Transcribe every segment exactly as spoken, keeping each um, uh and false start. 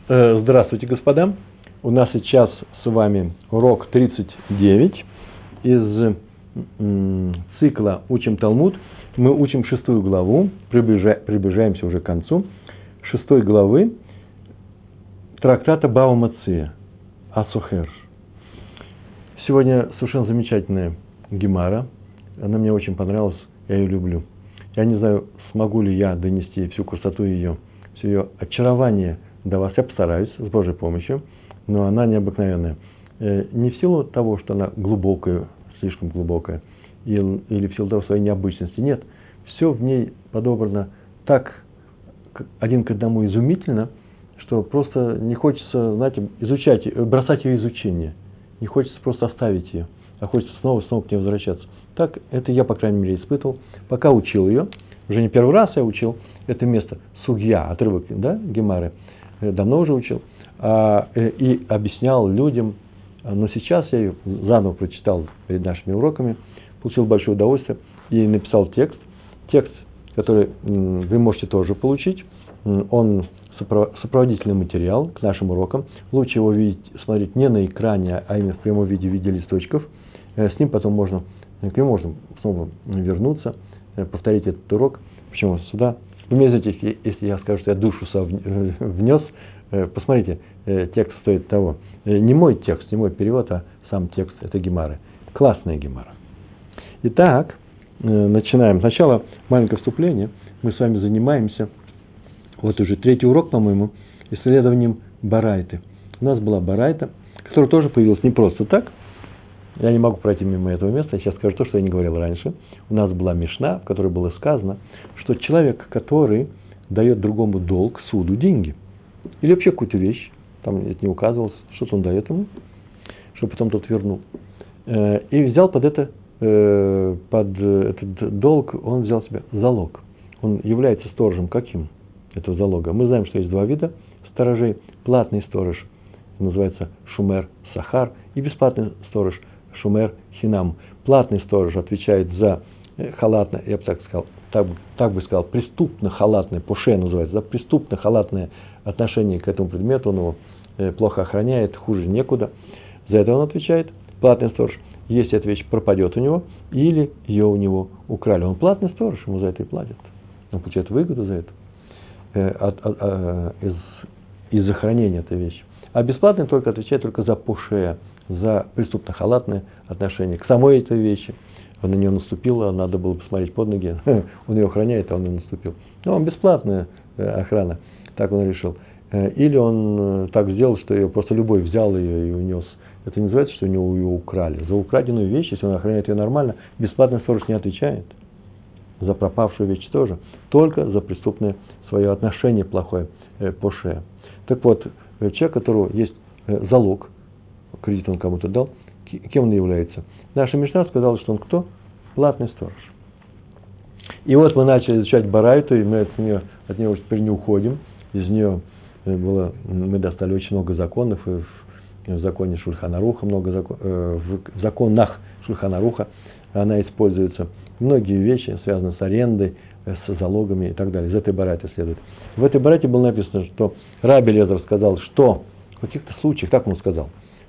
Здравствуйте, господа! У нас сейчас с вами урок тридцать девять из цикла «Учим Талмуд». Мы учим шестую главу, приближаемся уже к концу шестой главы трактата Бава Меция Асохер. Сегодня совершенно замечательная гемара. Она мне очень понравилась, я ее люблю. Я не знаю, смогу ли я донести всю красоту ее, все ее очарование до вас. Я постараюсь, с Божьей помощью, но она необыкновенная. Не в силу того, что она глубокая, слишком глубокая, или в силу того своей необычности. Нет, все в ней подобрано так один к одному изумительно, что просто не хочется, знаете, изучать, бросать ее изучение. Не хочется просто оставить ее, а хочется снова и снова к ней возвращаться. Так это я, по крайней мере, испытывал, пока учил ее. Уже не первый раз я учил это место, сугья, отрывок, да, гемары. Давно уже учил, а, и объяснял людям, но сейчас я ее заново прочитал перед нашими уроками, получил большое удовольствие и написал текст. Текст, который вы можете тоже получить, он сопроводительный материал к нашим урокам. Лучше его видеть, смотреть не на экране, а именно в прямом виде, в виде листочков. С ним потом можно, к нему можно снова вернуться, повторить этот урок. Почему сюда? Вы мне знаете, если я скажу, что я душу внес, посмотрите, текст стоит того. Не мой текст, не мой перевод, а сам текст, это гемары. Классная гемара. Итак, начинаем. Сначала маленькое вступление. Мы с вами занимаемся, вот уже третий урок, по-моему, исследованием Барайты. У нас была Барайта, которая тоже появилась не просто так. Я не могу пройти мимо этого места, я сейчас скажу то, что я не говорил раньше. У нас была Мишна, в которой было сказано, что человек, который дает другому долг, суду, деньги, или вообще какую-то вещь, там это не указывалось, что-то он дает ему, чтобы потом тот вернул, и взял под это, под этот долг, он взял себе залог. Он является сторожем каким этого залога? Мы знаем, что есть два вида сторожей. Платный сторож называется шумер сахар, и бесплатный сторож шумер хинам. Платный сторож отвечает за халатное, я бы так сказал, так, так бы сказал, преступно-халатное, поше называется, да, преступно-халатное отношение к этому предмету, он его плохо охраняет, хуже некуда. За это он отвечает. Платный сторож, если эта вещь пропадет у него, или ее у него украли. Он платный сторож, ему за это и платят. Он получает выгоду за это, э, от, от, от, из, из-за хранения этой вещи. А бесплатный только отвечает только за поше, за преступно-халатное отношение к самой этой вещи. Он на нее наступил, а надо было посмотреть под ноги. Он ее охраняет, а он и наступил. Но он бесплатная охрана, так он решил. Или он так сделал, что ее просто любой взял ее и унес. Это не называется, что у него ее украли. За украденную вещь, если он охраняет ее нормально, бесплатный сторож не отвечает. За пропавшую вещь тоже. Только за преступное свое отношение плохое, поше. Так вот, человек, у которого есть залог, кредит он кому-то дал, кем он является? Наша Мишна сказала, что он кто? Платный сторож. И вот мы начали изучать Барайту, и мы от нее, от нее теперь не уходим. Из нее было, мы достали очень много законов, и в законе Шульхан Аруха, много закон, э, в законах Шульхан Аруха она используется. Многие вещи связаны с арендой, с залогами и так далее. Из этой Барайты следует. В этой Барайте было написано, что Раби Элиэзер сказал, что в каких-то случаях, так он сказал,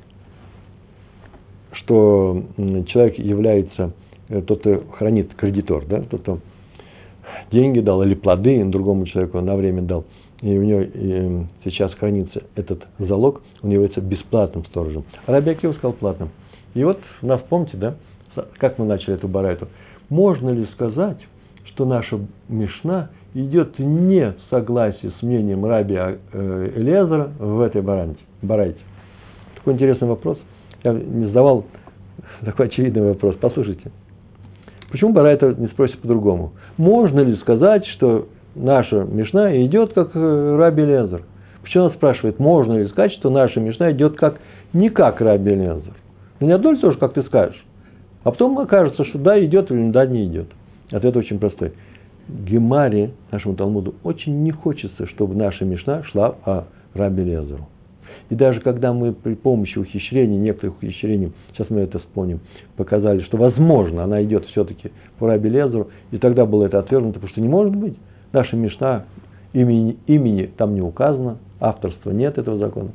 что человек является, тот, кто хранит, кредитор, да, тот, кто деньги дал или плоды другому человеку на время дал, и у него сейчас хранится этот залог, он является бесплатным сторожем. А Раби Акива сказал платным. И вот нас, помните, да, как мы начали эту барайту, можно ли сказать, что наша Мишна идет не в согласии с мнением Раби Элиэзера в этой барайте? Такой интересный вопрос. Я не задавал такой очевидный вопрос. Послушайте. Почему барайта не спросит по-другому? Можно ли сказать, что наша Мишна идет как Раби Элиэзер? Почему он спрашивает, можно ли сказать, что наша Мишна идет как, не как Раби Элиэзер? Ну, не одно ли то же, как ты скажешь. А потом окажется, что да, идет или да, не идет. Ответ очень простой. Гемаре, нашему Талмуду, очень не хочется, чтобы наша Мишна шла по Раби Элиэзеру. И даже когда мы при помощи ухищрений, некоторых ухищрений, сейчас мы это вспомним, показали, что возможно, она идет все-таки по Раби Элиэзеру, и тогда было это отвергнуто, потому что не может быть. Наша Мишна имени, имени там не указано, авторства нет этого закона.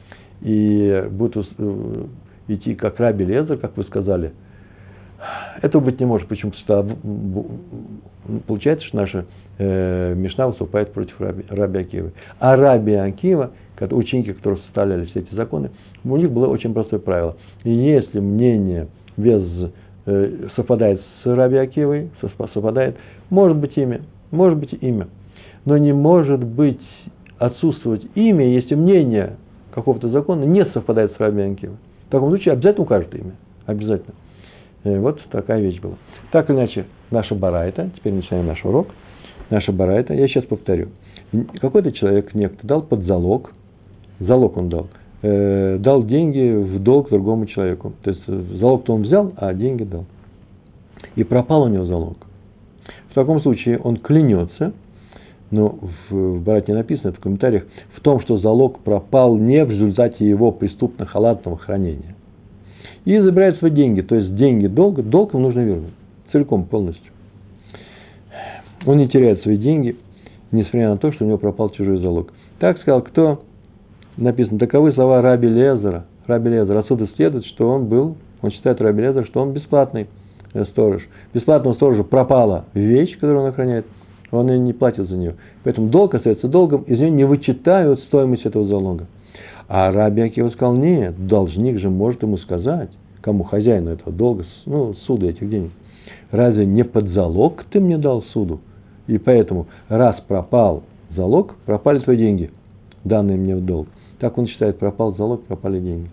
И будут идти как Раби Элиэзер, как вы сказали. Этого быть не может. Почему? Потому что получается, что наша э, Мишна выступает против Раби, Раби Акивы. А Раби Акива, ученики, которые составляли все эти законы, у них было очень простое правило. И если мнение без, э, совпадает с Раби Акивой, совпадает, может быть имя, может быть имя. Но не может быть отсутствовать имя, если мнение какого-то закона не совпадает с Раби Акивой. В таком случае обязательно укажет имя. Обязательно. Вот такая вещь была. Так или иначе, наша барайта, теперь начинаем наш урок, наша барайта, я сейчас повторю. Какой-то человек некто дал под залог, залог он дал, э, дал деньги в долг другому человеку. То есть залог-то он взял, а деньги дал. И пропал у него залог. В таком случае он клянется, но в, в барайте написано, в комментариях, в том, что залог пропал не в результате его преступно-халатного хранения. И забирает свои деньги. То есть деньги долга, долг ему нужно вернуть. Целиком, полностью. Он не теряет свои деньги, несмотря на то, что у него пропал чужой залог. Так сказал кто? Написано, таковы слова Раби Элиэзера. Раби Элиэзер. Отсюда следует, что он был, он считает Раби Элиэзер, что он бесплатный сторож. Бесплатному сторожу пропала вещь, которую он охраняет, он и не платит за нее. Поэтому долг остается долгом, из нее не вычитают стоимость этого залога. А Раби Акива сказал, нет, должник же может ему сказать, кому хозяину этого долга, ну, суда этих денег. Разве не под залог ты мне дал суду? И поэтому, раз пропал залог, пропали твои деньги, данные мне в долг. Так он считает, пропал залог, пропали деньги.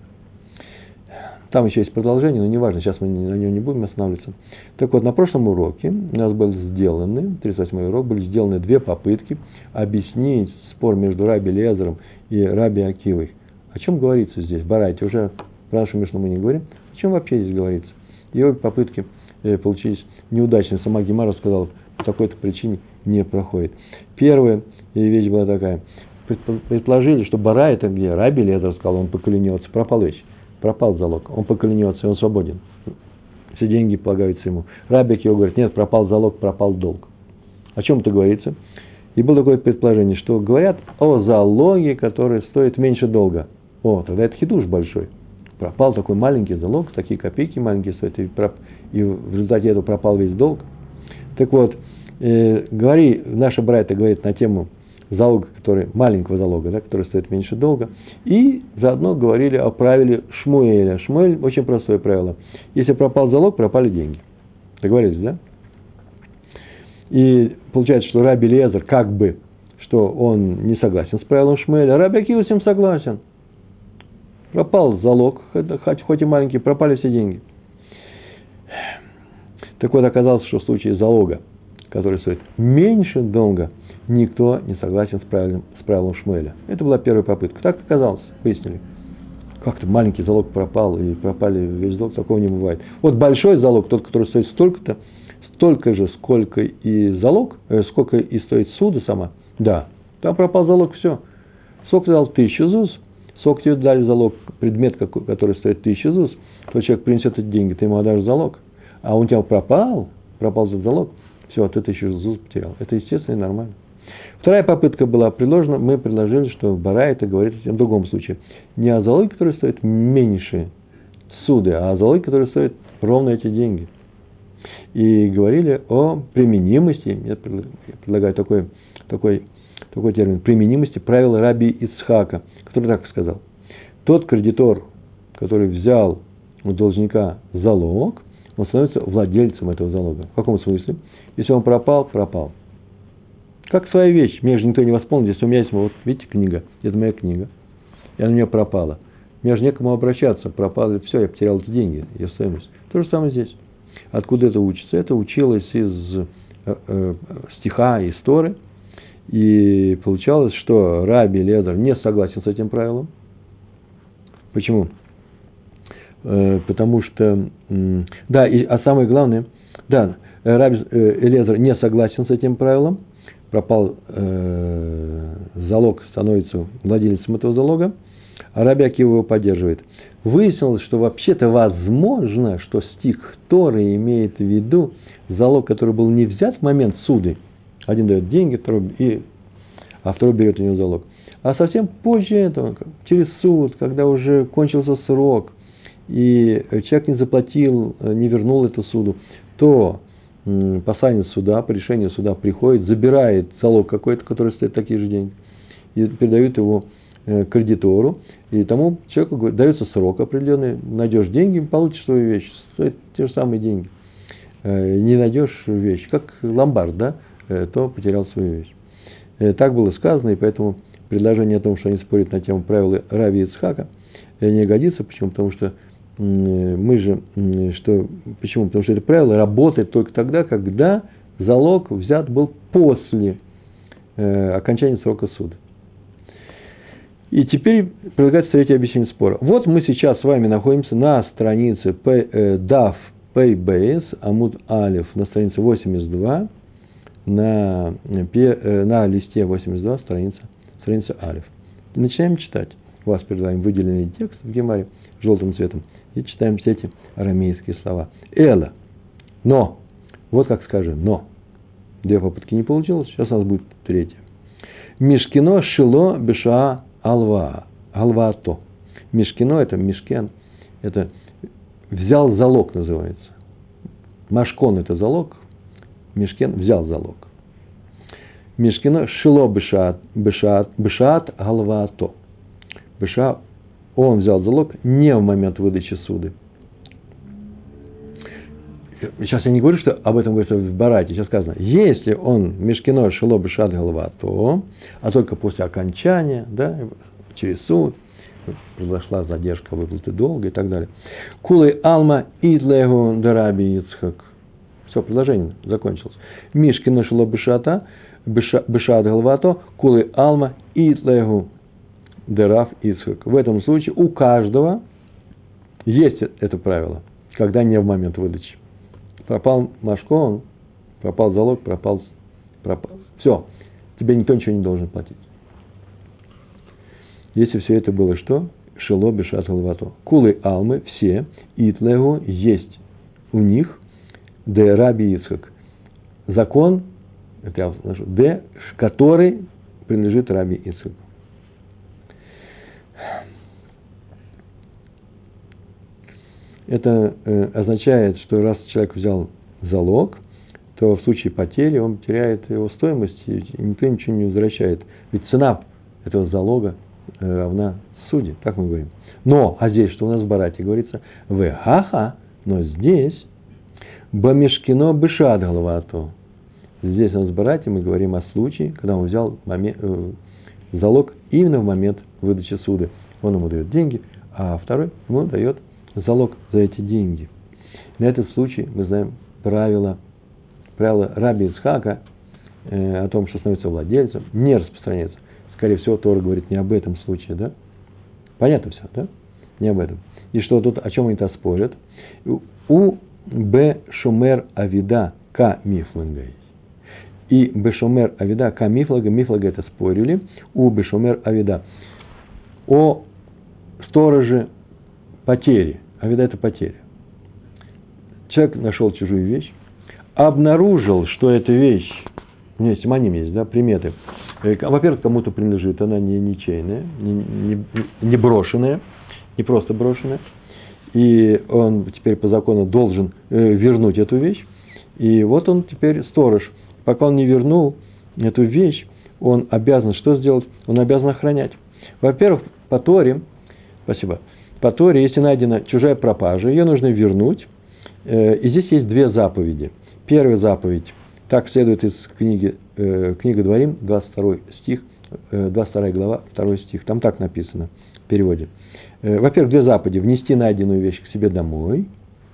Там еще есть продолжение, но неважно, сейчас мы на нем не будем останавливаться. Так вот, на прошлом уроке у нас были сделаны, тридцать восьмой урок, были сделаны две попытки объяснить спор между Раби Элиэзером и Раби Акивой. О чем говорится здесь? Барайте, уже про нашу Мишну мы не говорим. О чем вообще здесь говорится? И обе попытки э, получились неудачные. Сама Гемара сказала, по такой-то причине не проходит. Первая вещь была такая. Предположили, что Бара это где? Раби Элиэзер сказал, он поклянется. Пропал вещь. Пропал залог. Он поклянется, и он свободен. Все деньги полагаются ему. Раби Акива говорит, нет, пропал залог, пропал долг. О чем это говорится? И было такое предположение, что говорят о залоге, который стоит меньше долга. О, тогда это хидуш большой. Пропал такой маленький залог, такие копейки маленькие стоят, и, проп... и в результате этого пропал весь долг. Так вот, э, говори, наша брайта говорит на тему залога, который, маленького залога, да, который стоит меньше долга, и заодно говорили о правиле Шмуэля. Шмуэль очень простое правило. Если пропал залог, пропали деньги. Договорились, да? И получается, что Раби Элиэзер как бы, что он не согласен с правилом Шмуэля, а Раби Акива с ним согласен. Пропал залог, хоть, хоть и маленький, пропали все деньги. Так вот, оказалось, что в случае залога, который стоит меньше долга, никто не согласен с правилом, с правилом Шмуэля. Это была первая попытка. Так оказалось, выяснили. Как-то маленький залог пропал, и пропали весь долг, такого не бывает. Вот большой залог, тот, который стоит столько-то, столько же, сколько и залог, э, сколько и стоит суда сама, да, там пропал залог, все. Сколько дал тысячу зуз, сколько тебе дали залог, предмет, который стоит тысячу зуз, то человек принесет эти деньги, ты ему отдашь залог, а он у тебя пропал, пропал за залог, все, ты тысячу зуз потерял. Это естественно и нормально. Вторая попытка была предложена, мы предложили, что Бара это говорит в другом случае. Не о залоге, который стоит меньше суды, а о залоге, который стоит ровно эти деньги. И говорили о применимости, я предлагаю такой, такой, такой термин, применимости правила Раби Ицхака, который так сказал. Тот кредитор, который взял у должника залог, он становится владельцем этого залога. В каком смысле? Если он пропал, пропал. Как своя вещь, мне же никто не восполнит, если у меня есть, вот видите, книга, это моя книга, и она у меня пропала. Мне же некому обращаться, пропало, все, я потерял эти деньги, ее стоимость. То же самое здесь. Откуда это учится? Это училось из э, э, стиха, из Торы, и получалось, что Раби Элиэзер не согласен с этим правилом. Почему? Э, потому что, э, да, и, а самое главное, да, Раби Элиэзер не согласен с этим правилом, пропал э, залог, становится владельцем этого залога, а Раби Акива его поддерживает. Выяснилось, что вообще-то возможно, что стих Торы имеет в виду залог, который был не взят в момент суды. Один дает деньги, второй, и, а второй берет у него залог. А совсем позже этого, через суд, когда уже кончился срок, и человек не заплатил, не вернул это суду, то посланец суда, по решению суда приходит, забирает залог какой-то, который стоит такие же деньги, и передают его кредитору, и тому человеку говорит, дается срок определенный, найдешь деньги, получишь свою вещь, стоят те же самые деньги. Не найдешь вещь, как ломбард, да, то потерял свою вещь. Так было сказано, и поэтому предложение о том, что они спорят на тему правил Рави Ицхака, не годится. Почему? Потому что мы же, что, почему? Потому что это правило работает только тогда, когда залог взят был после окончания срока суда. И теперь предлагается третье объяснение спора. Вот мы сейчас с вами находимся на странице Дав Пей Бейс, Амуд Алиф, на странице восемьдесят два, на, на листе восемьдесят два, страница, страница Алиф. Начинаем читать. У вас перед вами выделенный текст в Гемаре желтым цветом. И читаем все эти арамейские слова. Эла. Но. Вот как скажем. Но. Две попытки не получилось. Сейчас у нас будет третья. Мишкино шило беша алва. Алвато. Мишкино это мишкен. Это взял залог называется. Машкон это залог. Мишкен взял залог. Мишкино шило бешат, бешат, бешат алвато. Беша, он взял залог не в момент выдачи суды. Сейчас я не говорю, что об этом говорится в Барате. Сейчас сказано, если он мишкино шило бешат алвато, а только после окончания, да, через суд, произошла задержка выплаты долга и так далее. Кулы алма идлегу дараби Ицхак. Все, предложение закончилось. Мишкино шило бешата, бешат алвато, кулы алма идлегу дарав Ицхак. В этом случае у каждого есть это правило, когда не в момент выдачи. Пропал машкон, пропал залог, пропал, пропал. Все, тебе никто ничего не должен платить. Если все это было что? Шило бешат алвато. Кулы алмы, все, итлегу, есть у них, де раби Ицхак. Закон, это я скажу, де, который принадлежит раби Ицхаку. Это э, означает, что раз человек взял залог, то в случае потери он теряет его стоимость, и никто ничего не возвращает. Ведь цена этого залога э, равна суде, так мы говорим. Но, а здесь, что у нас в Барате говорится, вегаха, но здесь, бамешкино бешат галвато. Здесь у нас в Барате мы говорим о случае, когда он взял момент, э, залог именно в момент выдачи суды. Он ему дает деньги, а второй ему дает залог за эти деньги. На этот случай мы знаем правило, правило Раби Ицхака э, о том, что становится владельцем, не распространяется. Скорее всего, Тора говорит не об этом случае, да? Понятно все, да? Не об этом. И что тут, о чем они-то спорят? У Б Шумер Авида Ка Мифлагай. И Б Шумер Авида Ка Мифлага, Мифлага это спорили, у Б Шумер Авида. О стороже потери. Авида это потеря. Человек нашел чужую вещь, обнаружил, что эта вещь, у меня симоним есть, да, приметы. Во-первых, кому-то принадлежит, она не ничейная, не, не, не брошенная, не просто брошенная. И он теперь по закону должен э, вернуть эту вещь. И вот он теперь сторож. Пока он не вернул эту вещь, он обязан что сделать? Он обязан охранять. Во-первых, по Торе, спасибо, по Торе, если найдена чужая пропажа, ее нужно вернуть. Э, и здесь есть две заповеди. Первая заповедь, так следует из книги, э, книга Дворим, двадцать второй стих, э, двадцать вторая глава, второй стих. Там так написано в переводе. Э, во-первых, две заповеди. Внести найденную вещь к себе домой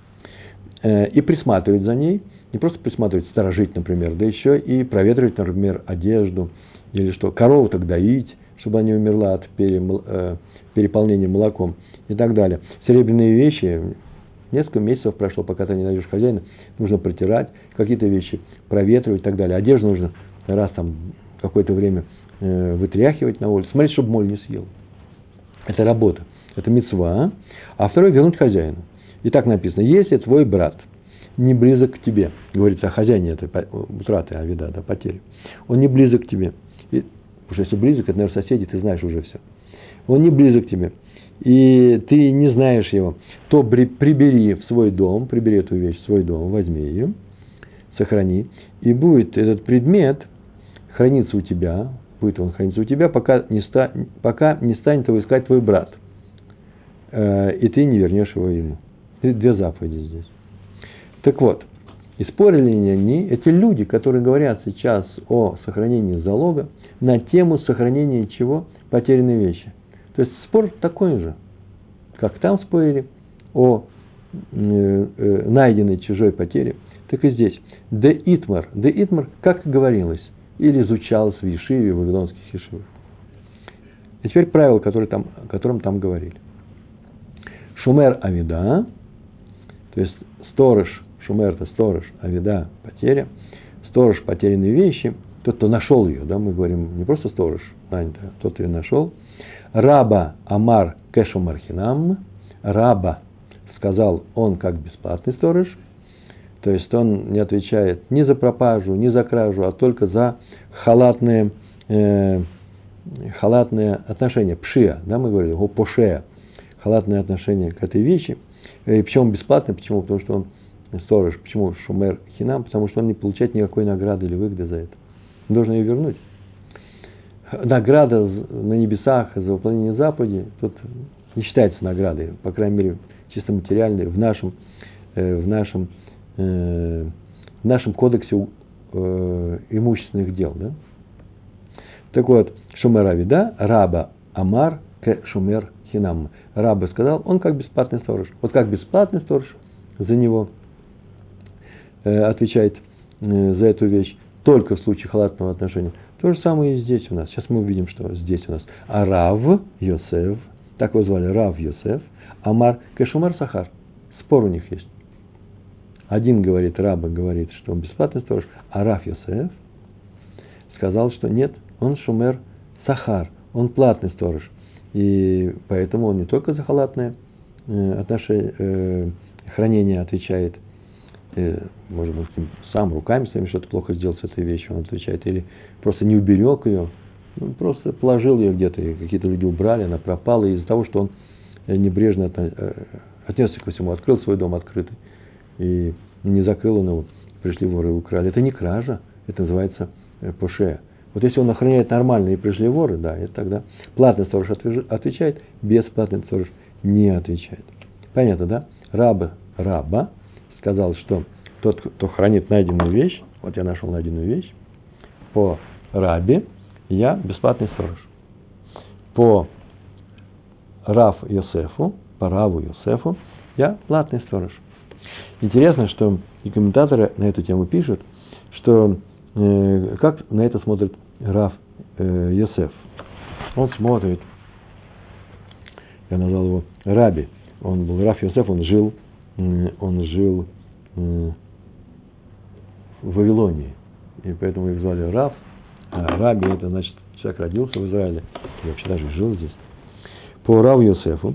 э, и присматривать за ней. Не просто присматривать, сторожить, например, да еще и проветривать, например, одежду или что. Корову так доить, чтобы она не умерла от перемол, э, переполнения молоком и так далее. Серебряные вещи, несколько месяцев прошло, пока ты не найдешь хозяина, нужно протирать, какие-то вещи проветривать и так далее. Одежду нужно раз там какое-то время э, вытряхивать на улицу, смотреть, чтобы моль не съел. Это работа, это мицва. А второе, вернуть хозяину. И так написано, если твой брат не близок к тебе, говорится о хозяине этой утраты, авида, да, потери, он не близок к тебе. И Потому что если близок, это, наверное, соседи, ты знаешь уже все. Он не близок к тебе, и ты не знаешь его, то прибери в свой дом, прибери эту вещь в свой дом, возьми ее, сохрани, и будет этот предмет храниться у тебя, будет он храниться у тебя, пока не, ста, пока не станет его искать твой брат, э, и ты не вернешь его ему. Две заповеди здесь. Так вот, и спорили они, эти люди, которые говорят сейчас о сохранении залога, на тему сохранения чего? Потерянной вещи. То есть спор такой же, как там спорили о э, э, найденной чужой потере, так и здесь. Де итмар, де итмар, как говорилось, или изучалось в Ешиве, в вавилонских Ешивах. И теперь правило, которое там, о котором там говорили. Шумер авида, то есть сторож, шумер это сторож, авида потеря, сторож потерянной вещи, тот, кто нашел ее, да, мы говорим, не просто сторож, а тот, кто ее нашел. Раба амар кешумар хинам, раба, сказал он как бесплатный сторож, то есть он не отвечает ни за пропажу, ни за кражу, а только за халатные, э, халатные отношения, пшия, да, мы говорили, о пошея, халатное отношение к этой вещи. И почему бесплатно? Почему? Потому что он сторож. Почему шумер хинам? Потому что он не получает никакой награды или выгоды за это. Он должен ее вернуть. Награда на небесах за выполнение заповедей тут не считается наградой, по крайней мере, чисто материальной, в нашем, в нашем, в нашем кодексе имущественных дел. Да? Так вот, шумер авида, раба амар к шумер хинам. Раба сказал, он как бесплатный сторож. Вот как бесплатный сторож за него э, отвечает э, за эту вещь только в случае халатного отношения. То же самое и здесь у нас. Сейчас мы увидим, что здесь у нас. А Рав Йосеф, так его звали, Рав Йосеф, Амар Кешумар Сахар. Спор у них есть. Один говорит, Раба говорит, что он бесплатный сторож, а Рав Йосеф сказал, что нет, он Шумер Сахар, он платный сторож. И поэтому он не только за халатное э, отношение, э, хранение отвечает, э, может быть, сам руками своими что-то плохо сделал с этой вещью, он отвечает, или просто не уберег ее, ну, просто положил ее где-то, и какие-то люди убрали, она пропала, и из-за того, что он небрежно отнесся ко всему, открыл свой дом открытый, и не закрыл он его, пришли воры и украли. Это не кража, это называется поше. Вот если он охраняет нормально и пришли воры, да, это тогда платный сторож отвечает, бесплатный сторож не отвечает. Понятно, да? Раба, раба сказал, что тот, кто хранит найденную вещь, вот я нашел найденную вещь, по рабе я бесплатный сторож. По Рав Йосефу, по Раву Йосефу я платный сторож. Интересно, что и комментаторы на эту тему пишут, что э, как на это смотрит Рав э, Йосеф. Он смотрит, я назвал его Раби, он был Рав Йосеф, он жил, э, он жил э, в Вавилонии, и поэтому их звали Рав, а Раби это значит, человек родился в Израиле, и вообще даже жил здесь. По Раву Йосефу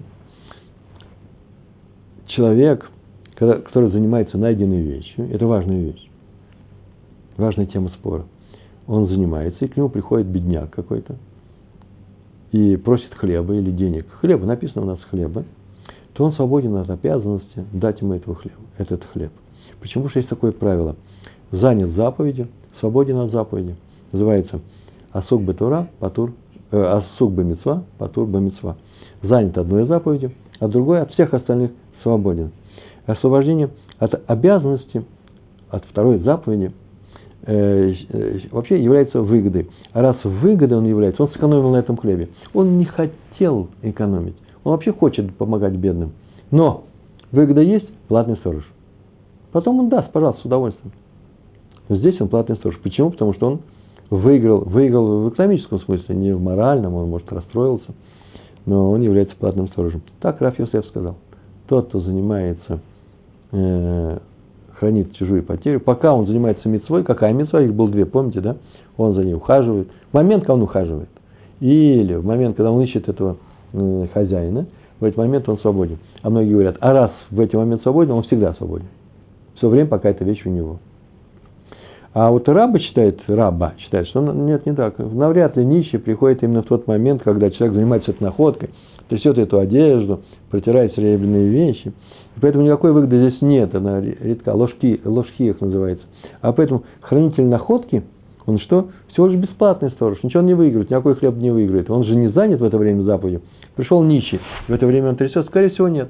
человек, который занимается найденной вещью, это важная вещь, важная тема спора. Он занимается, и к нему приходит бедняк какой-то, и просит хлеба или денег. Хлеба, написано у нас хлеба, то он свободен от обязанности дать ему этого хлеба, этот хлеб. Почему? Потому что есть такое правило. Занят заповедью, свободен от заповеди. Называется асук бе Тора, патур, э, асук бе мицва, патур бе мицва. Занят одной заповедью, а другой от всех остальных свободен. Освобождение от обязанности, от второй заповеди, э, э, вообще является выгодой. А раз выгодой он является, он сэкономил на этом хлебе. Он не хотел экономить. Он вообще хочет помогать бедным. Но выгода есть, платный сторож. Потом он даст, пожалуйста, с удовольствием. Но здесь он платный сторож. Почему? Потому что он выиграл, выиграл в экономическом смысле, не в моральном, он, может, расстроился, но он является платным сторожем. Так Рав Йосеф сказал. Тот, кто занимается, э, хранит чужую потерю, пока он занимается мицвой, какая мицва, их было две, помните, да? Он за ней ухаживает. В момент, когда он ухаживает, или в момент, когда он ищет этого э, хозяина, в этот момент он свободен. А многие говорят, а раз в этот момент свободен, он всегда свободен. Все время, пока эта вещь у него. А вот раба считает, раба считает, что нет, не так. Навряд ли нищий приходит именно в тот момент, когда человек занимается этой находкой, трясет эту одежду, протирает серебряные вещи. И поэтому никакой выгоды здесь нет, она редка, ложки, ложки их называется. А поэтому хранитель находки, он что? Всего лишь бесплатный сторож, ничего он не выиграет, никакой хлеб не выиграет. Он же не занят в это время заповедью. Пришел нищий, в это время он трясет, скорее всего, нет.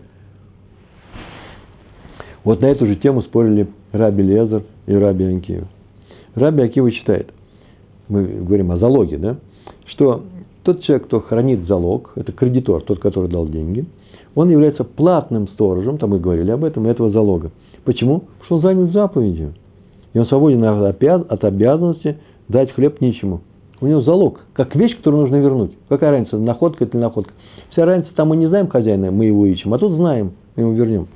Вот на эту же тему спорили Раби Элиэзер и Раби Акива. Раби Акива считает, мы говорим о залоге, да, что тот человек, кто хранит залог, это кредитор, тот, который дал деньги, он является платным сторожем, там мы говорили об этом, этого залога. Почему? Потому что он занят заповедью. И он свободен от обязанности дать хлеб нищему. У него залог, как вещь, которую нужно вернуть. Какая разница, находка это или находка? Вся разница, там мы не знаем хозяина, мы его ищем, а тут знаем, мы его вернем.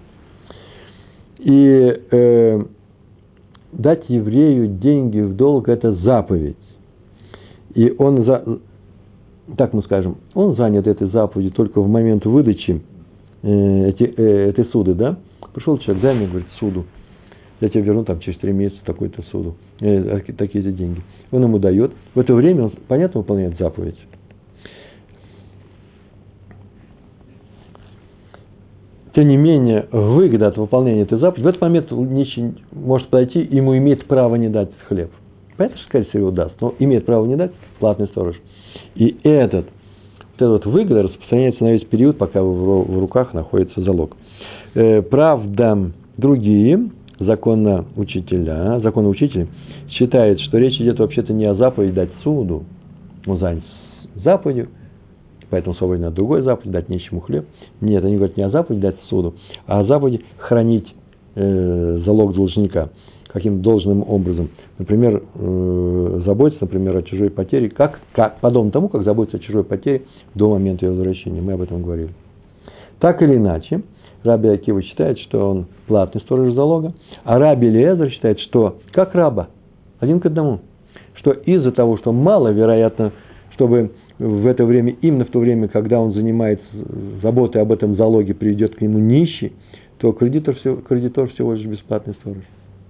И э, дать еврею деньги в долг – это заповедь. И он, за, так мы скажем, он занят этой заповедью только в момент выдачи э, эти, э, этой суды, да? Пришел человек, дай мне, говорит, суду. Я тебе верну там через три месяца такую-то суду, э, такие-то деньги. Он ему дает. В это время он, понятно, выполняет заповедь. Тем не менее, выгода от выполнения этой заповеди, в этот момент нищий может подойти, и ему имеет право не дать хлеб. Понятно, что, скорее всего, даст, но имеет право не дать платный сторож. И этот, вот эта вот выгода распространяется на весь период, пока в руках находится залог. Правда, другие законоучителя, законоучители считают, что речь идет вообще-то не о заповеди дать суду, он занят заповедью, поэтому свободен от другой заповеди, дать нищему хлеб. Нет, они говорят не о заповеди дать суду, а о заповеди хранить э, залог должника каким должным образом. Например, э, заботиться, например, о чужой потере, как, как, подобно тому, как заботиться о чужой потере до момента ее возвращения. Мы об этом говорили. Так или иначе, Раби Акива считает, что он платный сторож залога, а Раби Элиэзер считает, что как раба, один к одному, что из-за того, что маловероятно, чтобы в это время, именно в то время, когда он занимается заботой об этом залоге, придет к нему нищий, то кредитор, кредитор всего лишь бесплатный сторож.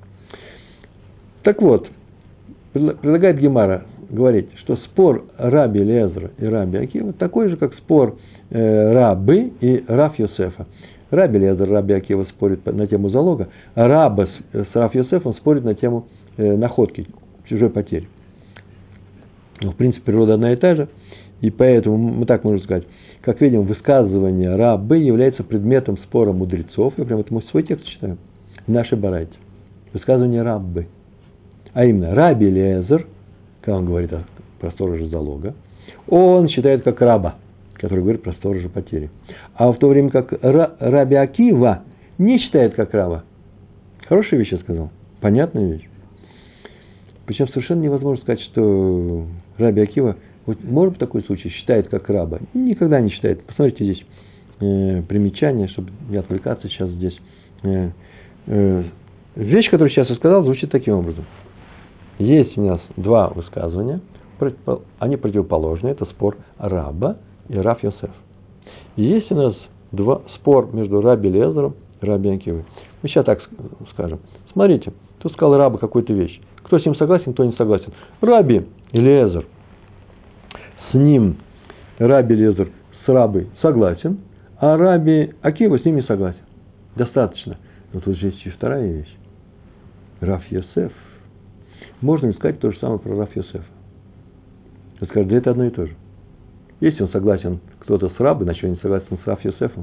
Так вот, предлагает Гемара говорить, что спор Раби Элиэзера и Раби Акива такой же, как спор э, Рабы и Рав Йосефа. Раби Элиэзер и Раби Акива спорят на тему залога, а Раба с, с Рав Йосефом спорят на тему э, находки, чужой потери. Но, в принципе, природа одна и та же. И поэтому мы так можем сказать, как видим, высказывание Рабы является предметом спора мудрецов. Я прямо это свой текст читаю. В нашей барайте. Высказывание Рабы. А именно, Раби Элиэзер, когда он говорит о, про сторожа залога, он считает как раба, который говорит про сторожа потери. А в то время как Раби Акива не считает как раба. Хорошая вещь я сказал. Понятная вещь. Причем совершенно невозможно сказать, что Раби Акива, вот может быть такой случай, считает как раба. Никогда не считает. Посмотрите здесь э, примечание, чтобы не отвлекаться сейчас здесь. Э, э, вещь, которую сейчас я сказал, звучит таким образом. Есть у нас два высказывания, они противоположны, это спор Раба и Рав Йосеф. И есть у нас два, спор между Раби Элиэзером и Раби Акивой. Мы сейчас так скажем. Смотрите, тут сказал Раба какую-то вещь. Кто с ним согласен, кто не согласен. Раби Элиэзер с ним, Раби Элиэзер с Рабой согласен, а Раби Акива с ним не согласен. Достаточно. Но тут же есть и вторая вещь. Рав Йосеф. Можно ли сказать то же самое про Рав Йосефа? Он скажет, да это одно и то же. Если он согласен кто-то с Рабой, значит он не согласен с Рав Йосефом.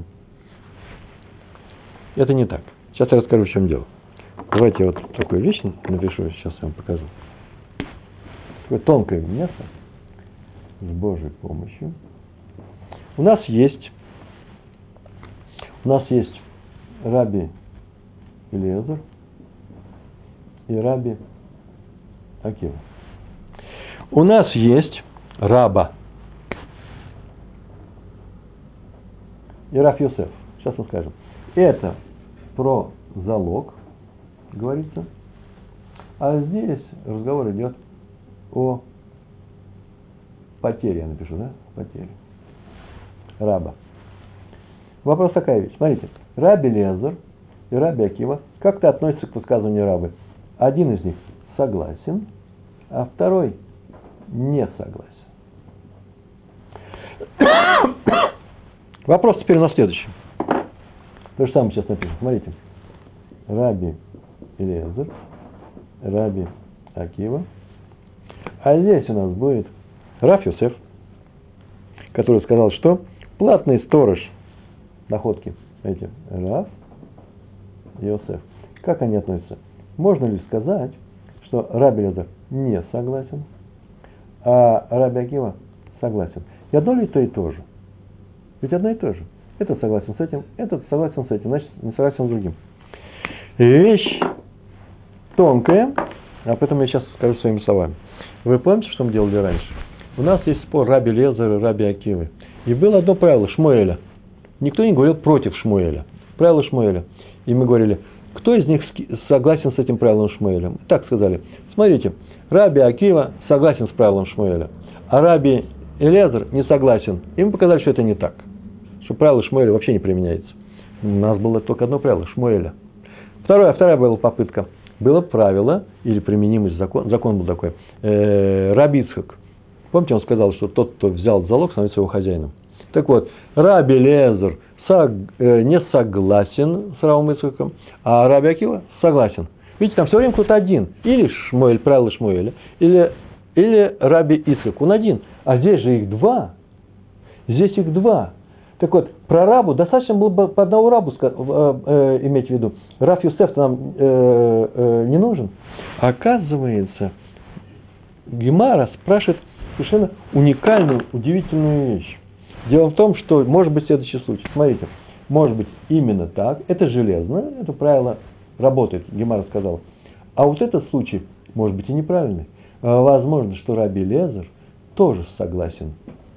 Это не так. Сейчас я расскажу, в чем дело. Давайте я вот такую вещь напишу, сейчас я вам покажу. Такое тонкое место с Божьей помощью. У нас есть, у нас есть Раби Элиэзер и Раби Акива. У нас есть Раба и Рав Йосеф. Сейчас мы скажем. Это про залог, говорится. А здесь разговор идет о потере. Я напишу, да? Потере. Раба. Вопрос такая вещь. Смотрите. Раби Элиэзер и Раби Акива как-то относятся к высказыванию Рабы. Один из них согласен, а второй не согласен. Вопрос теперь у нас следующий. То же самое сейчас напишем. Смотрите. Раби Элиэзер, Раби Акива. А здесь у нас будет Рав Йосеф, который сказал, что платный сторож находки, эти Рав Йосеф. Как они относятся? Можно ли сказать, что Раби Элиэзер не согласен, а Раби Акива согласен? И одно ли то и то же? Ведь одно и то же. Этот согласен с этим, этот согласен с этим, значит, не согласен с другим. Вещь тонкая, а поэтому я сейчас скажу своими словами. Вы помните, что мы делали раньше? У нас есть спор Раби Элиэзера и Раби Акивы. И было одно правило Шмуэля. Никто не говорил против Шмуэля. Правило Шмуэля. И мы говорили, кто из них согласен с этим правилом Шмуэля? Так сказали. Смотрите, Раби Акива согласен с правилом Шмуэля, а Раби Элиэзер не согласен. И мы показали, что это не так. Что правило Шмуэля вообще не применяется. У нас было только одно правило Шмуэля. Второе, вторая была попытка. Было правило, или применимость, закон, закон был такой, э, Раби Ицхак. Помните, он сказал, что тот, кто взял залог, становится его хозяином. Так вот, Раби Элиэзер сог, э, не согласен с Равом Ицхаком, а Раби Акива согласен. Видите, там все время кто-то один. Или Шмуэль, правило Шмуэля, или, или Раби Ицхак. Он один. А здесь же их два. Здесь их два. Так вот, про рабу достаточно было бы по одному рабу э, э, иметь в виду. Рав Йосеф нам э, э, не нужен. А оказывается, Гемара спрашивает совершенно уникальную, удивительную вещь. Дело в том, что может быть следующий случай. Смотрите, может быть именно так. Это железно, это правило работает, Гемара сказала. А вот этот случай может быть и неправильный. Возможно, что Раби Элиэзер тоже согласен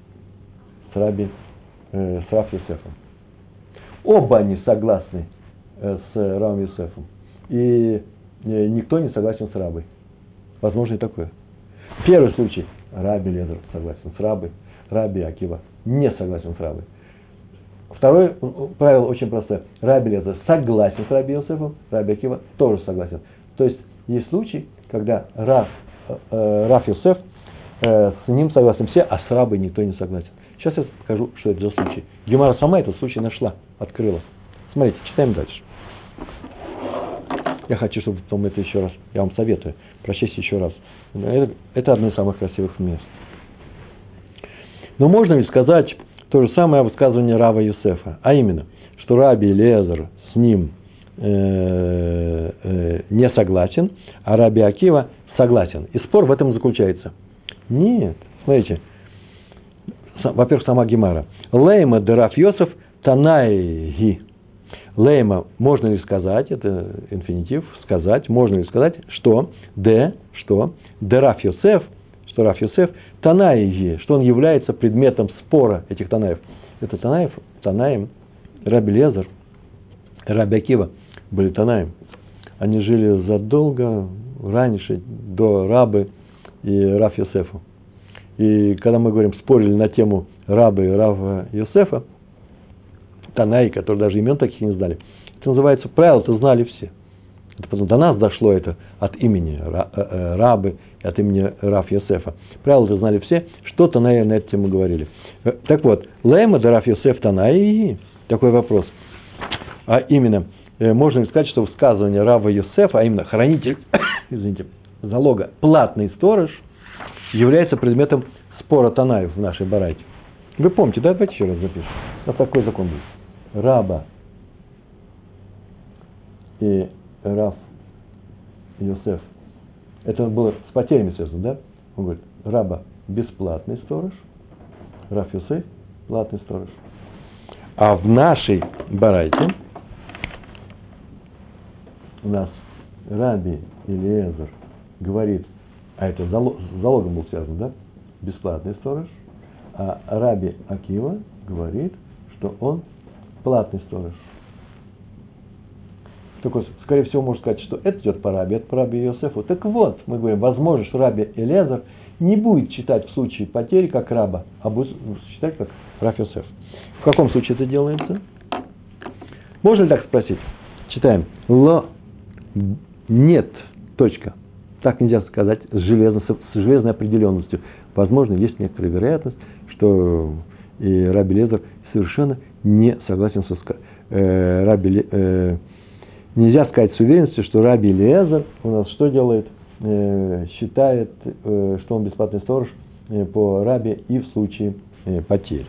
с Раби с Рав Йосефом. Оба они согласны с Равом Йосефом. И никто не согласен с Рабой. Возможно и такое. Первый случай. Раби Элиэзер согласен с Рабой. Раби Акива не согласен с Рабой. Второе правило очень простое. Раби Элиэзер согласен с Раби Йосефом. Раби Акива тоже согласен. То есть есть случай, когда Рав, э, Рав Йосеф э, с ним согласен все, а с Рабой никто не согласен. Сейчас я покажу, что это за случай. Гемара сама этот случай нашла, открыла. Смотрите, читаем дальше. Я хочу, чтобы потом это еще раз, я вам советую, прочесть еще раз. Это, это одно из самых красивых мест. Но можно ли сказать то же самое о высказывании Рава Йосефа? А именно, что Раби Элиэзер с ним э, э, не согласен, а Раби Акива согласен. И спор в этом заключается. Нет, смотрите. Во-первых, сама Гемара. Лейма де Рав Йосеф танайги. Лейма, можно ли сказать, это инфинитив, сказать, можно ли сказать, что де, что де Рав Йосеф, что Рав Йосеф танайги, что он является предметом спора этих танаев. Это танаев, танаем, Раби Элиэзер, Раби Акива были танаем. Они жили задолго, раньше, до Рабы и Рав Йосефа. И когда мы говорим, спорили на тему Рабы и Рава Йосефа, Танаи, которые даже имен таких не знали, это называется правило-то знали все. Это потом до нас дошло это от имени Рабы и от имени Рав Йосефа. Правило-то знали все, что Танаи на эту тему говорили. Так вот, Лейма де Рав Йосеф Танаи, такой вопрос. А именно, можно ли сказать, что высказывание Рава Йосефа, а именно хранитель, извините, залога, платный сторож, является предметом спора Танаев в нашей барайте. Вы помните, да? Давайте еще раз запишем. Вот такой закон будет. Раба и Рав Йосеф. Это было с потерями связано, да? Он говорит, Раба бесплатный сторож, Рав Йосеф платный сторож. А в нашей барайте у нас Раби Элиэзер говорит, а это с залогом был связан, да? Бесплатный сторож. А Раби Акива говорит, что он платный сторож. Так вот, скорее всего, можно сказать, что это идет по Раби, это по Раби Йосефу. Так вот, мы говорим, возможно, что Раби Элиэзер не будет читать в случае потери как раба, а будет читать как Рав Йосеф. В каком случае это делается? Можно ли так спросить? Читаем. Ло нет. Точка. Так нельзя сказать с железной, с железной определенностью. Возможно, есть некоторая вероятность, что и Раби Элиэзер совершенно не согласен со э, Раби э, нельзя сказать с уверенностью, что Раби Элиэзер у нас что делает? Э, считает, э, что он бесплатный сторож э, по Раби и в случае э, потери.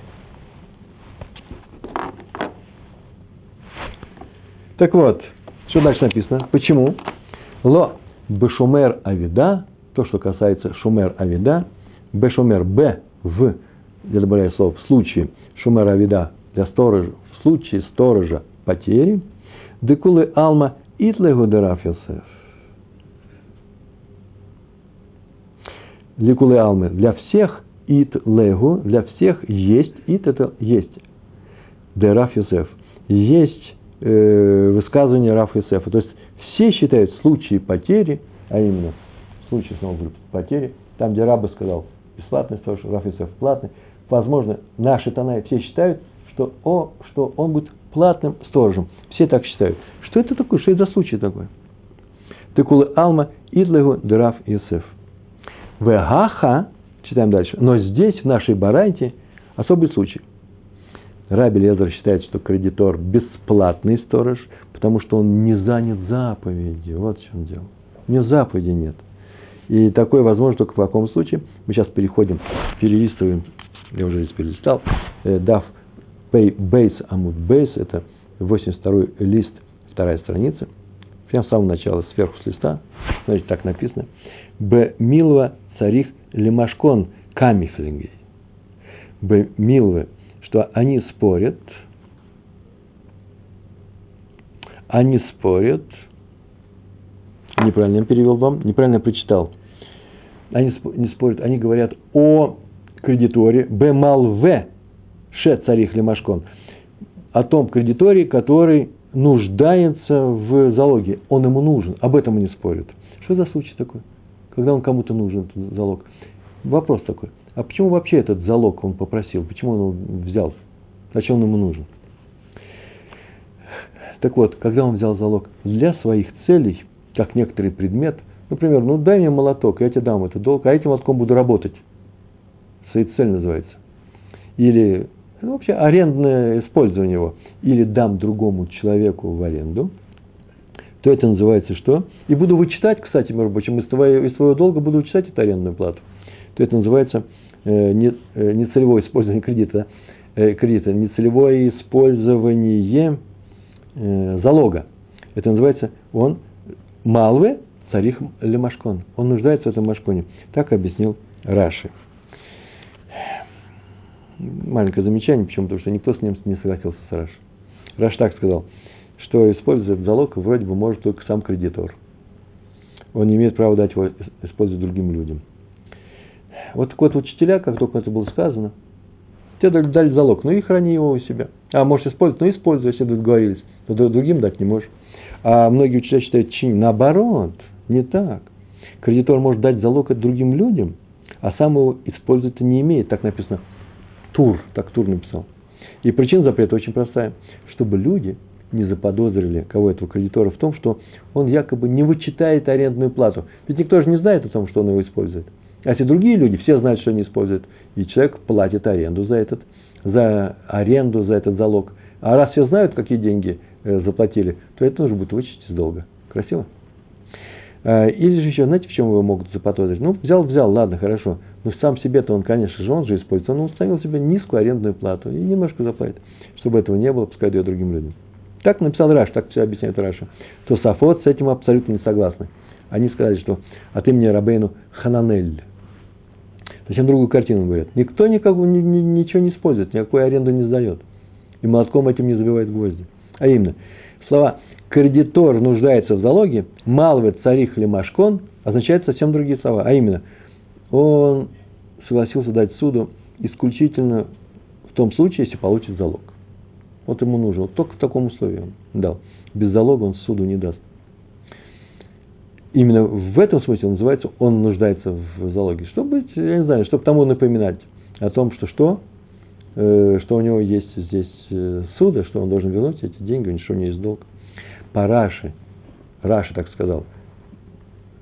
Так вот, что дальше написано? Почему? Ло бешумер авида, то, что касается шумер авида, бешумер б в, я добавляю слово, в случае шумер авида для сторожа, в случае сторожа потери, декулы алма итлегу дераф Йосеф. Декулы алмы для всех ит легу, для всех есть, ит это есть, дераф Йосеф, есть э, высказывание Раф Йосефа, то есть все считают случаи потери, а именно в случае снова будет потери, там, где Раба сказал бесплатный сторож, Раф Йосеф платный, возможно, наши Танаи все считают, что, о, что он будет платным сторожем. Все так считают. Что это такое? Что это за случай такой? Текулы алма идлегу дераф Йосеф. Вегаха, читаем дальше, но здесь, в нашей барайте, особый случай. Раби Элиэзер считает, что кредитор бесплатный сторож, потому что он не занят заповедью. Вот в чем дело. У него заповеди нет. И такое возможно только в каком случае. Мы сейчас переходим, перелистываем, я уже здесь перелистал, дав бейс амуд бейс, это восемьдесят второй лист, вторая страница, прямо с самого начала, сверху с листа, смотрите, так написано, б милва царих лемашкон камифлингей. Б милвы, что они спорят, они спорят, неправильно я перевел вам, неправильно я прочитал, они не спорят, они говорят о кредиторе, б малве, ше царих лемашкон, о том кредиторе, который нуждается в залоге, он ему нужен, об этом они спорят. Что за случай такой, когда он кому-то нужен, этот залог? Вопрос такой, а почему вообще этот залог он попросил, почему он его взял, зачем он ему нужен? Так вот, когда он взял залог для своих целей, как некоторый предмет, например, ну дай мне молоток, я тебе дам этот долг, а этим молотком буду работать, своей цель называется, или ну, вообще арендное использование его, или дам другому человеку в аренду, то это называется что? И буду вычитать, кстати, между прочим, из своего, из своего долга буду вычитать эту арендную плату, то это называется э, не, э, нецелевое использование кредита, э, кредита, нецелевое использование э, залога. Это называется он малве царих лемашкон. Он нуждается в этом машконе. Так объяснил Раши. Маленькое замечание, почему? Потому что никто с ним не согласился с Раши. Раш так сказал, что использовать залог вроде бы может только сам кредитор. Он не имеет права дать его использовать другим людям. Вот так вот учителя, как только это было сказано, тебе дали залог, ну и храни его у себя. А можешь использовать, ну используй, если договорились. Но другим дать не можешь. А многие учителя считают, наоборот, не так. Кредитор может дать залог другим людям, а сам его использовать не имеет. Так написано Тур, так Тур написал. И причина запрета очень простая. Чтобы люди не заподозрили кого этого кредитора в том, что он якобы не вычитает арендную плату. Ведь никто же не знает о том, что он его использует. А если другие люди, все знают, что они используют, и человек платит аренду за этот, за аренду, за этот залог. А раз все знают, какие деньги э, заплатили, то это нужно будет вычесть из долга. Красиво? А, или же еще, знаете, в чем его могут заподозрить? Ну, взял, взял, ладно, хорошо. Но сам себе-то он, конечно же, он же использует. Он установил себе низкую арендную плату и немножко заплатит. Чтобы этого не было, пускай дает другим людям. Так написал Раш, так все объясняет Раша. То Сафот с этим абсолютно не согласны. Они сказали, что от имени Рабейну Хананель. Зачем другую картину говорят? Никто никакого, ни, ни, ничего не использует, никакой аренду не сдает. И молотком этим не забивает гвозди. А именно, слова «кредитор нуждается в залоге», «малве царих лемашкон» означают совсем другие слова. А именно, он согласился дать суду исключительно в том случае, если получит залог. Вот ему нужно. Вот только в таком условии он дал. Без залога он суду не даст. Именно в этом смысле он называется, он нуждается в залоге. Чтобы, я не знаю, чтобы тому напоминать о том, что что, э, что у него есть здесь э, суда, что он должен вернуть эти деньги, что у него есть долг. По Раши, Раши так сказал,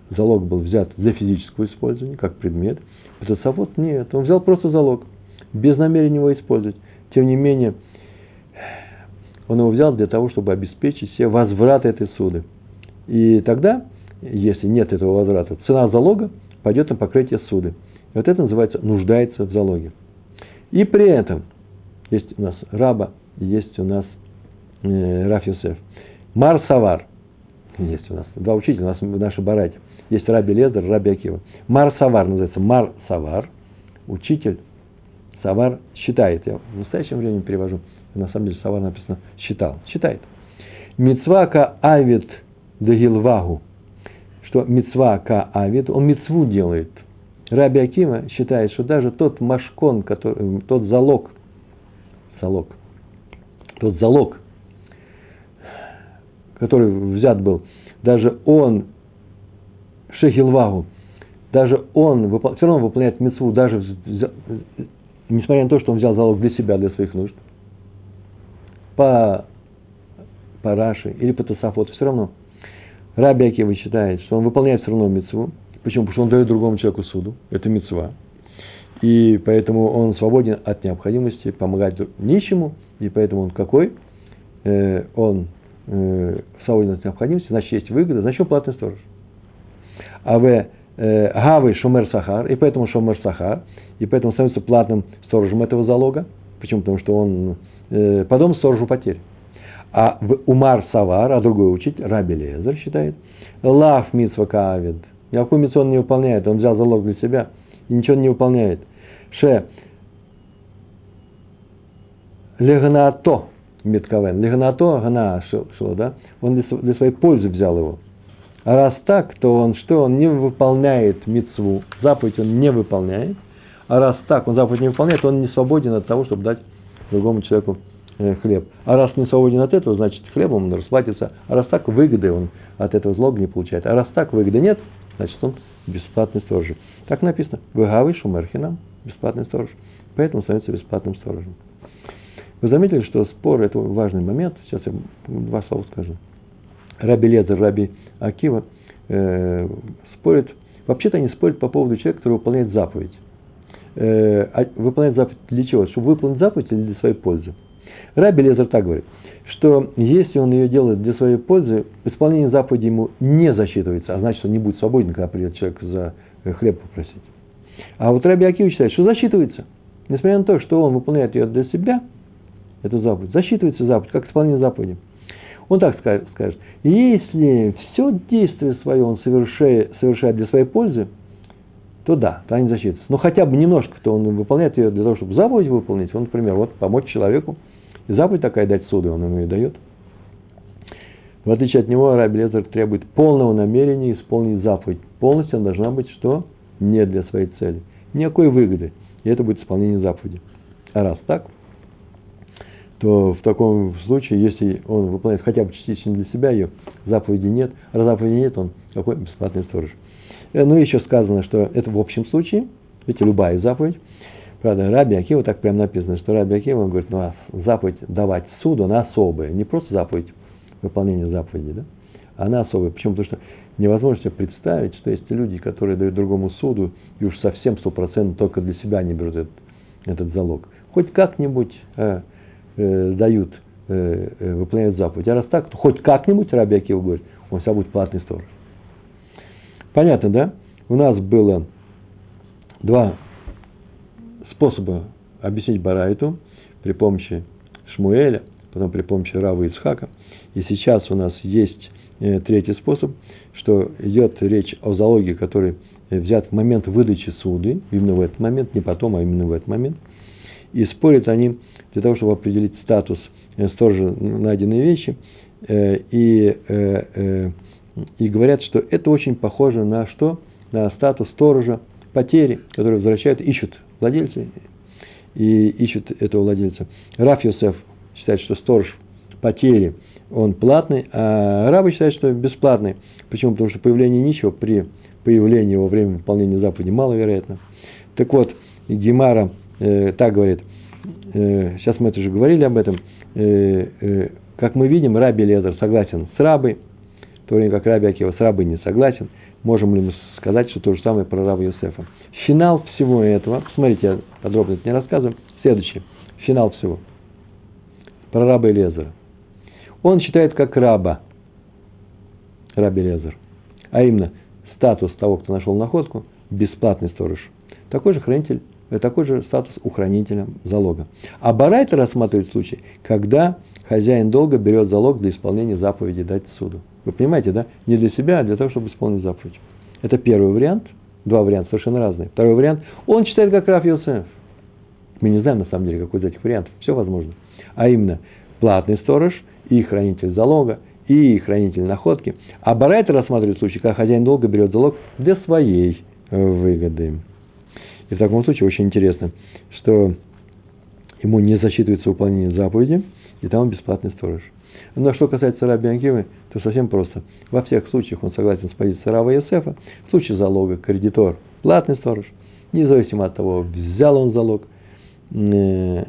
залог был взят для физического использования, как предмет. Тосафот нет, он взял просто залог, без намерения его использовать. Тем не менее, он его взял для того, чтобы обеспечить себе возврат этой суды. И тогда, если нет этого возврата, цена залога пойдет на покрытие суды. И вот это называется нуждается в залоге. И при этом есть у нас Раба, есть у нас э, Рав Йосеф. Мар Савар. Есть у нас два учителя, у нас в нашей барате. Есть Раби Лезер, Раби Акива. Мар Савар называется Мар Савар. Учитель Савар считает. Я в настоящем времени перевожу. На самом деле Савар написано считал. Считает. Мицва ка авид дагилвагу. Что мицва ка авид, он мицву делает. Раби Акива считает, что даже тот машкон, который, тот залог, залог, тот залог, который взят был, даже он, шехилвагу, даже он все равно выполняет мицву, даже несмотря на то, что он взял залог для себя, для своих нужд, по, по Раши или по Тосафоту, все равно Раби Акива считает, что он выполняет все равно мицву. Почему? Потому что он дает другому человеку суду. Это мицва. И поэтому он свободен от необходимости помогать нищему. И поэтому он какой? Э, он э, свободен от необходимости. Значит, есть выгода. Значит, он платный сторож. А в гавы шумер сахар. И поэтому шумер сахар. И поэтому он становится платным сторожем этого залога. Почему? Потому что он э, потом сторожу потерь. А в умар савар, а другой учитель, Раби Лезер считает, лав мицва каавид. Никакую мицву он не выполняет, он взял залог для себя и ничего не выполняет. Ше леганато митковен. Леганато, гана шло, да? Он для своей пользы взял его. А раз так, то он что? Он не выполняет мицву. Заповедь он не выполняет. А раз так, он заповедь не выполняет, он не свободен от того, чтобы дать другому человеку хлеб. А раз не свободен от этого, значит, хлебом он расплатится. А раз так, выгоды он от этого залога не получает. А раз так, выгоды нет, значит, он бесплатный сторож. Так написано. Выгавый шумерхинам, бесплатный сторож. Поэтому становится бесплатным сторожем. Вы заметили, что спор – это важный момент. Сейчас я два слова скажу. Раби Лезер, Раби Акива э, спорят. Вообще-то они спорят по поводу человека, который выполняет заповедь. Э, а выполняет заповедь для чего? Чтобы выполнить заповедь или для своей пользы? Раби Лезер так говорит, что если он ее делает для своей пользы, исполнение заповеди ему не засчитывается, а значит, он не будет свободен, когда придет человек за хлеб попросить. А вот Раби Акива считает, что засчитывается. Несмотря на то, что он выполняет ее для себя, эту заповедь, засчитывается заповедь, как исполнение заповеди. Он так скажет, если все действие свое он совершает, совершает для своей пользы, то да, то они засчитываются. Но хотя бы немножко-то он выполняет ее для того, чтобы заповедь выполнить. Он, например, вот помочь человеку. И заповедь такая дать суду, он ему ее дает. В отличие от него, Раби Лезер требует полного намерения исполнить заповедь. Полностью она должна быть что? Не для своей цели. Никакой выгоды. И это будет исполнение заповеди. А раз так, то в таком случае, если он выполняет хотя бы частично для себя ее, заповеди нет. А раз заповеди нет, он какой бесплатный сторож. Ну, еще сказано, что это в общем случае, видите, любая заповедь. Правда, Раби Акива, так прямо написано, что Раби Акива, он говорит, ну, а заповедь давать суду, она особая. Не просто заповедь, выполнение заповеди, да? Она особая. Почему? Потому что невозможно себе представить, что есть люди, которые дают другому суду, и уж совсем стопроцентно только для себя не берут этот, этот залог. Хоть как-нибудь э, э, дают, э, э, выполняют заповедь. А раз так, то хоть как-нибудь, Раби Акива говорит, он всегда будет платный сторож. Понятно, да? У нас было два способа объяснить Барайту при помощи Шмуэля, потом при помощи Рава Ицхака. И сейчас у нас есть э, третий способ, что идет речь о залоге, который взят в момент выдачи суды, именно в этот момент, не потом, а именно в этот момент. И спорят они для того, чтобы определить статус э, сторожа найденной вещи, э, и, э, э, и говорят, что это очень похоже на что? На статус сторожа потери, который возвращают, ищут владельцы и ищут этого владельца. Рав Йосеф считает, что сторож потери, он платный, а Рабы считают, что бесплатный. Почему? Потому что появление нищего при появлении во время выполнения заповеди маловероятно. Так вот, Гемара э, так говорит, э, сейчас мы это уже говорили об этом, э, э, как мы видим, Раби Лезер согласен с Рабой, в то время как Раби Акива с Рабой не согласен. можем ли мы сказать, что то же самое про раба Йосефа? Финал всего этого, посмотрите, я подробно это не рассказываю, следующее, финал всего, про раба Элиэзера. Он считает как раба, раби Элиэзер, а именно статус того, кто нашел находку, бесплатный сторож, такой же хранитель, такой же статус у хранителя залога. А барайта рассматривает случай, когда хозяин долга берет залог для исполнения заповеди дать суду. Вы понимаете, да? Не для себя, а для того, чтобы исполнить заповедь. Это первый вариант. Два варианта совершенно разные. Второй вариант. Он читает как рав Йосеф. Мы не знаем, на самом деле, какой из этих вариантов. Все возможно. А именно, платный сторож и хранитель залога, и хранитель находки. А барайта рассматривает случай, когда хозяин долга берет залог для своей выгоды. И в таком случае очень интересно, что ему не засчитывается выполнение заповеди, и там он бесплатный сторож. Но что касается раби Акивы, то совсем просто. Во всех случаях он согласен с позицией рава Йосефа. В случае залога кредитор – платный сторож. Независимо от того, взял он залог для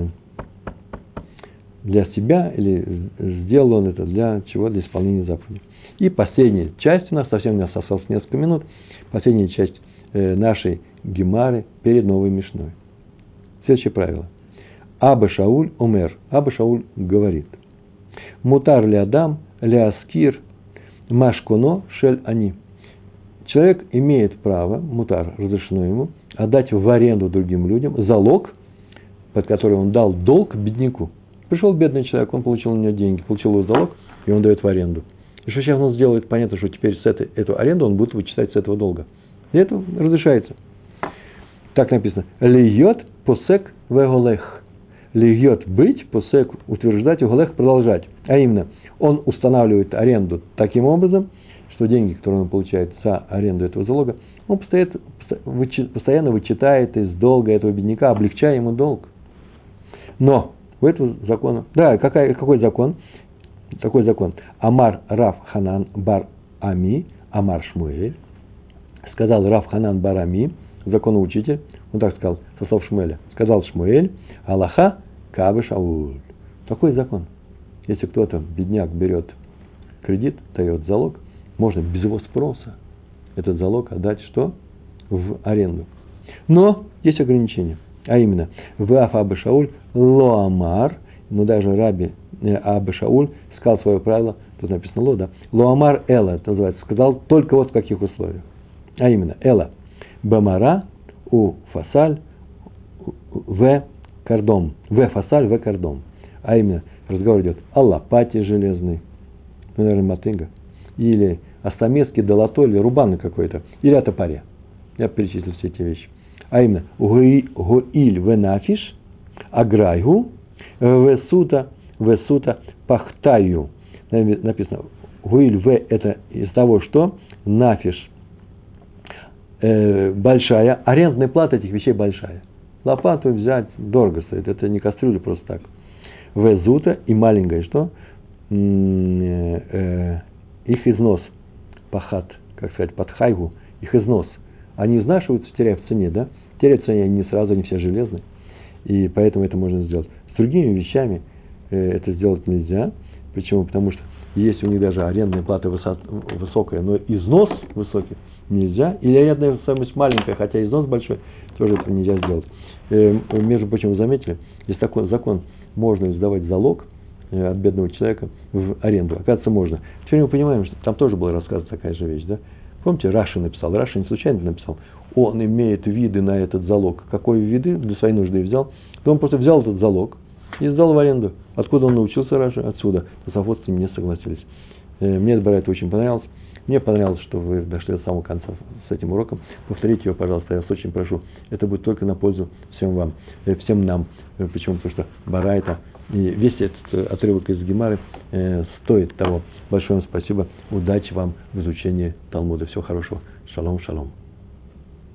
себя или сделал он это для чего? Для исполнения заповеди. И последняя часть у нас, совсем у нас осталось несколько минут, последняя часть нашей гемары перед новой мишной. Следующее правило. Аба Шауль омер. Аба Шауль говорит. Мутар ли Адам, ли Аскир, Машконо, Шель Ани. Человек имеет право, мутар, разрешено ему, отдать в аренду другим людям залог, под который он дал долг бедняку. Пришел бедный человек, он получил у него деньги, получил его залог, и он дает в аренду. И что сейчас он сделает? Понятно, что теперь с этой, эту аренду он будет вычитать с этого долга. И это разрешается. Так написано. Льет посек веголех. Льет быть, посек утверждать, веголех продолжать. А именно, он устанавливает аренду таким образом, что деньги, которые он получает за аренду этого залога, он постоянно вычитает из долга этого бедняка, облегчая ему долг. Но у этого закона... Да, какой, какой закон? Такой закон. Амар Рав Ханан бар Ами, Амар Шмуэль. Сказал Рав Ханан бар Ами, законоучитель, он так сказал, со слов Шмуэля. Сказал Шмуэль, Аллаха Кабы Шауль. Такой закон. Если кто-то, бедняк, берет кредит, дает залог, можно без его спроса этот залог отдать что? В аренду. Но есть ограничения. А именно, в Аба Шауль Лоамар, но даже Раби Аба Шауль сказал свое правило, тут написано Ло, да? Лоамар Эла, это называется, сказал только вот в каких условиях. А именно, Эла, Бамара, У Фасаль, В Кардом, В Фасаль, В Кардом. А именно, разговор идет о лопате железной, ну, наверное, мотыга, или о стамеске, долото, или рубаны какой-то, или о топоре. Я перечислил все эти вещи. А именно, Гоиль венафиш, аграйгу, весута, весута пахтаю. Написано, Гоиль в это из того, что нафиш э, большая, арендная плата этих вещей большая. Лопату взять дорого стоит, это не кастрюля просто так. Везута и маленькая, что? Э, э, их износ, пахат, как сказать, подхайгу, их износ. Они изнашиваются, теряя в цене, да? Теряют в цене они не сразу, они все железные. И поэтому это можно сделать. С другими вещами э, это сделать нельзя. Почему? Потому что если у них даже арендная плата высот, высокая, но износ высокий, нельзя. Или арендная стоимость маленькая, хотя износ большой, тоже это нельзя сделать. Э, между прочим, вы заметили, есть такой закон, можно сдавать залог э, от бедного человека в аренду. Оказывается, можно. Теперь мы понимаем, что там тоже была рассказана такая же вещь, да? Помните, Раши написал, Раши не случайно написал, он имеет виды на этот залог. Какой виды для своей нужды взял? То он просто взял этот залог и сдал в аренду. Откуда он научился Раши? Отсюда. Тософот с ним не согласились. Мне это, это очень понравилось. Мне понравилось, что вы дошли до самого конца с этим уроком. Повторите его, пожалуйста, я вас очень прошу. Это будет только на пользу всем вам, всем нам. Почему? Потому что барайта и весь этот отрывок из Гемары э, стоит того. Большое вам спасибо. Удачи вам в изучении Талмуда. Всего хорошего. Шалом, шалом.